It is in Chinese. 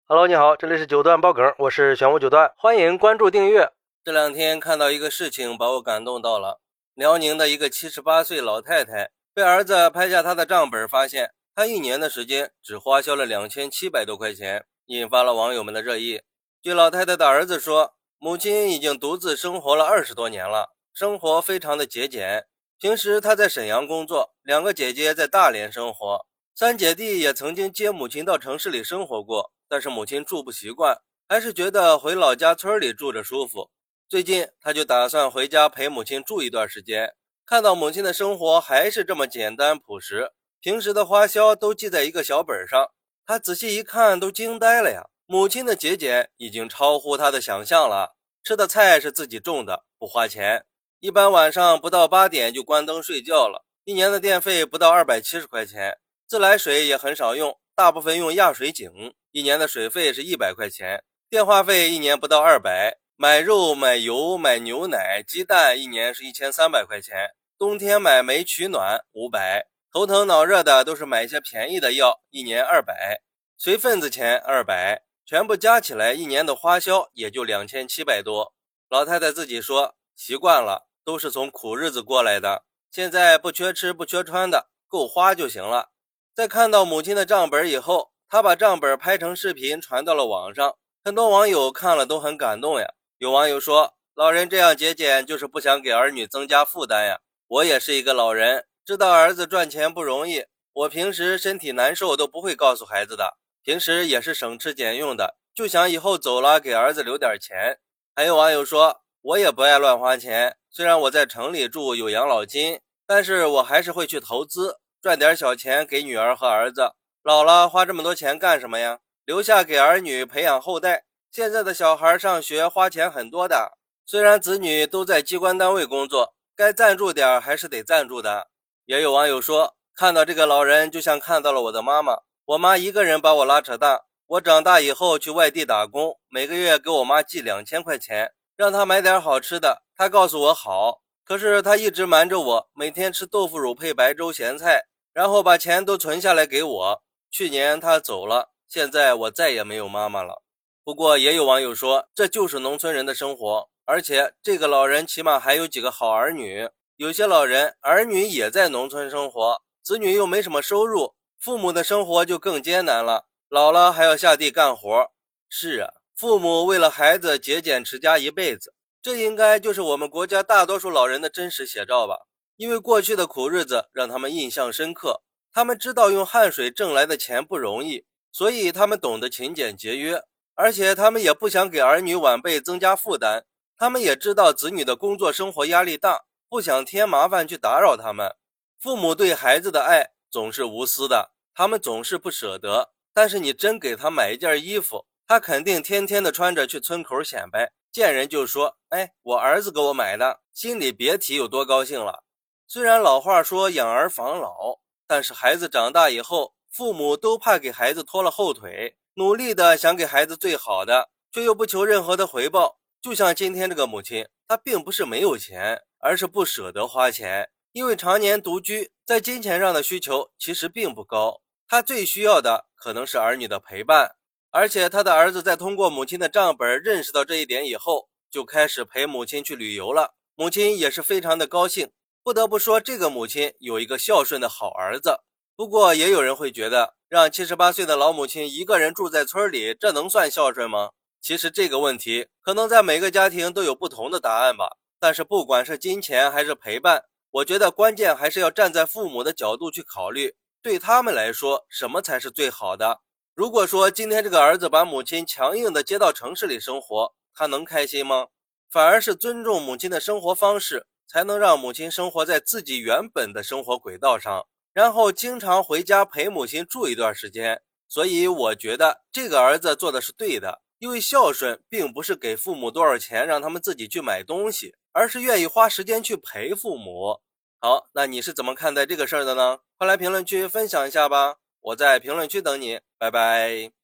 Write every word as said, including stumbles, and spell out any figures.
Hello，你好，这里是九段爆梗，我是玄武九段，欢迎关注订阅。这两天看到一个事情把我感动到了，辽宁的一个七十八岁老太太被儿子拍下她的账本，发现她一年的时间只花销了两千七百多块钱，引发了网友们的热议。据老太太的儿子说，母亲已经独自生活了二十多年了，生活非常的节俭。平时她在沈阳工作，两个姐姐在大连生活，三姐弟也曾经接母亲到城市里生活过。但是母亲住不习惯，还是觉得回老家村里住着舒服。最近他就打算回家陪母亲住一段时间，看到母亲的生活还是这么简单朴实，平时的花销都记在一个小本上，他仔细一看都惊呆了呀！母亲的节俭已经超乎他的想象了。吃的菜是自己种的，不花钱，一般晚上不到八点就关灯睡觉了，一年的电费不到二百七十块钱，自来水也很少用，大部分用压水井，一年的水费是一百块钱，电话费一年不到二百，买肉买油买牛奶鸡蛋一年是一千三百块钱，冬天买煤取暖五百，头疼脑热的都是买一些便宜的药，一年二百，随份子钱二百，全部加起来一年的花销也就两千七百多。老太太自己说习惯了，都是从苦日子过来的，现在不缺吃不缺穿的，够花就行了。在看到母亲的账本以后，他把账本拍成视频传到了网上，很多网友看了都很感动呀。有网友说，老人这样节俭就是不想给儿女增加负担呀。我也是一个老人，知道儿子赚钱不容易，我平时身体难受都不会告诉孩子的，平时也是省吃俭用的，就想以后走了给儿子留点钱。还有网友说，我也不爱乱花钱，虽然我在城里住有养老金，但是我还是会去投资，赚点小钱给女儿和儿子，老了花这么多钱干什么呀？留下给儿女培养后代。现在的小孩上学花钱很多的，虽然子女都在机关单位工作，该赞助点还是得赞助的。也有网友说，看到这个老人就像看到了我的妈妈，我妈一个人把我拉扯大，我长大以后去外地打工，每个月给我妈寄两千块钱，让她买点好吃的，她告诉我好，可是她一直瞒着我，每天吃豆腐乳配白粥咸菜，然后把钱都存下来给我。去年她走了，现在我再也没有妈妈了。不过也有网友说，这就是农村人的生活，而且这个老人起码还有几个好儿女。有些老人儿女也在农村生活，子女又没什么收入，父母的生活就更艰难了，老了还要下地干活。是啊，父母为了孩子节俭持家一辈子，这应该就是我们国家大多数老人的真实写照吧。因为过去的苦日子让他们印象深刻，他们知道用汗水挣来的钱不容易，所以他们懂得勤俭节约，而且他们也不想给儿女晚辈增加负担，他们也知道子女的工作生活压力大，不想添麻烦去打扰他们。父母对孩子的爱总是无私的，他们总是不舍得，但是你真给他买一件衣服，他肯定天天的穿着去村口显摆，见人就说，哎，我儿子给我买的，心里别提有多高兴了。虽然老话说养儿防老，但是孩子长大以后，父母都怕给孩子拖了后腿，努力的想给孩子最好的，却又不求任何的回报。就像今天这个母亲，她并不是没有钱，而是不舍得花钱，因为常年独居，在金钱上的需求其实并不高，她最需要的可能是儿女的陪伴。而且她的儿子在通过母亲的账本认识到这一点以后，就开始陪母亲去旅游了，母亲也是非常的高兴。不得不说，这个母亲有一个孝顺的好儿子。不过也有人会觉得，让七十八岁的老母亲一个人住在村里，这能算孝顺吗？其实这个问题可能在每个家庭都有不同的答案吧。但是不管是金钱还是陪伴，我觉得关键还是要站在父母的角度去考虑，对他们来说什么才是最好的。如果说今天这个儿子把母亲强硬的接到城市里生活，他能开心吗？反而是尊重母亲的生活方式，才能让母亲生活在自己原本的生活轨道上，然后经常回家陪母亲住一段时间。所以我觉得这个儿子做的是对的，因为孝顺并不是给父母多少钱让他们自己去买东西，而是愿意花时间去陪父母。好，那你是怎么看待这个事儿的呢？快来评论区分享一下吧，我在评论区等你，拜拜。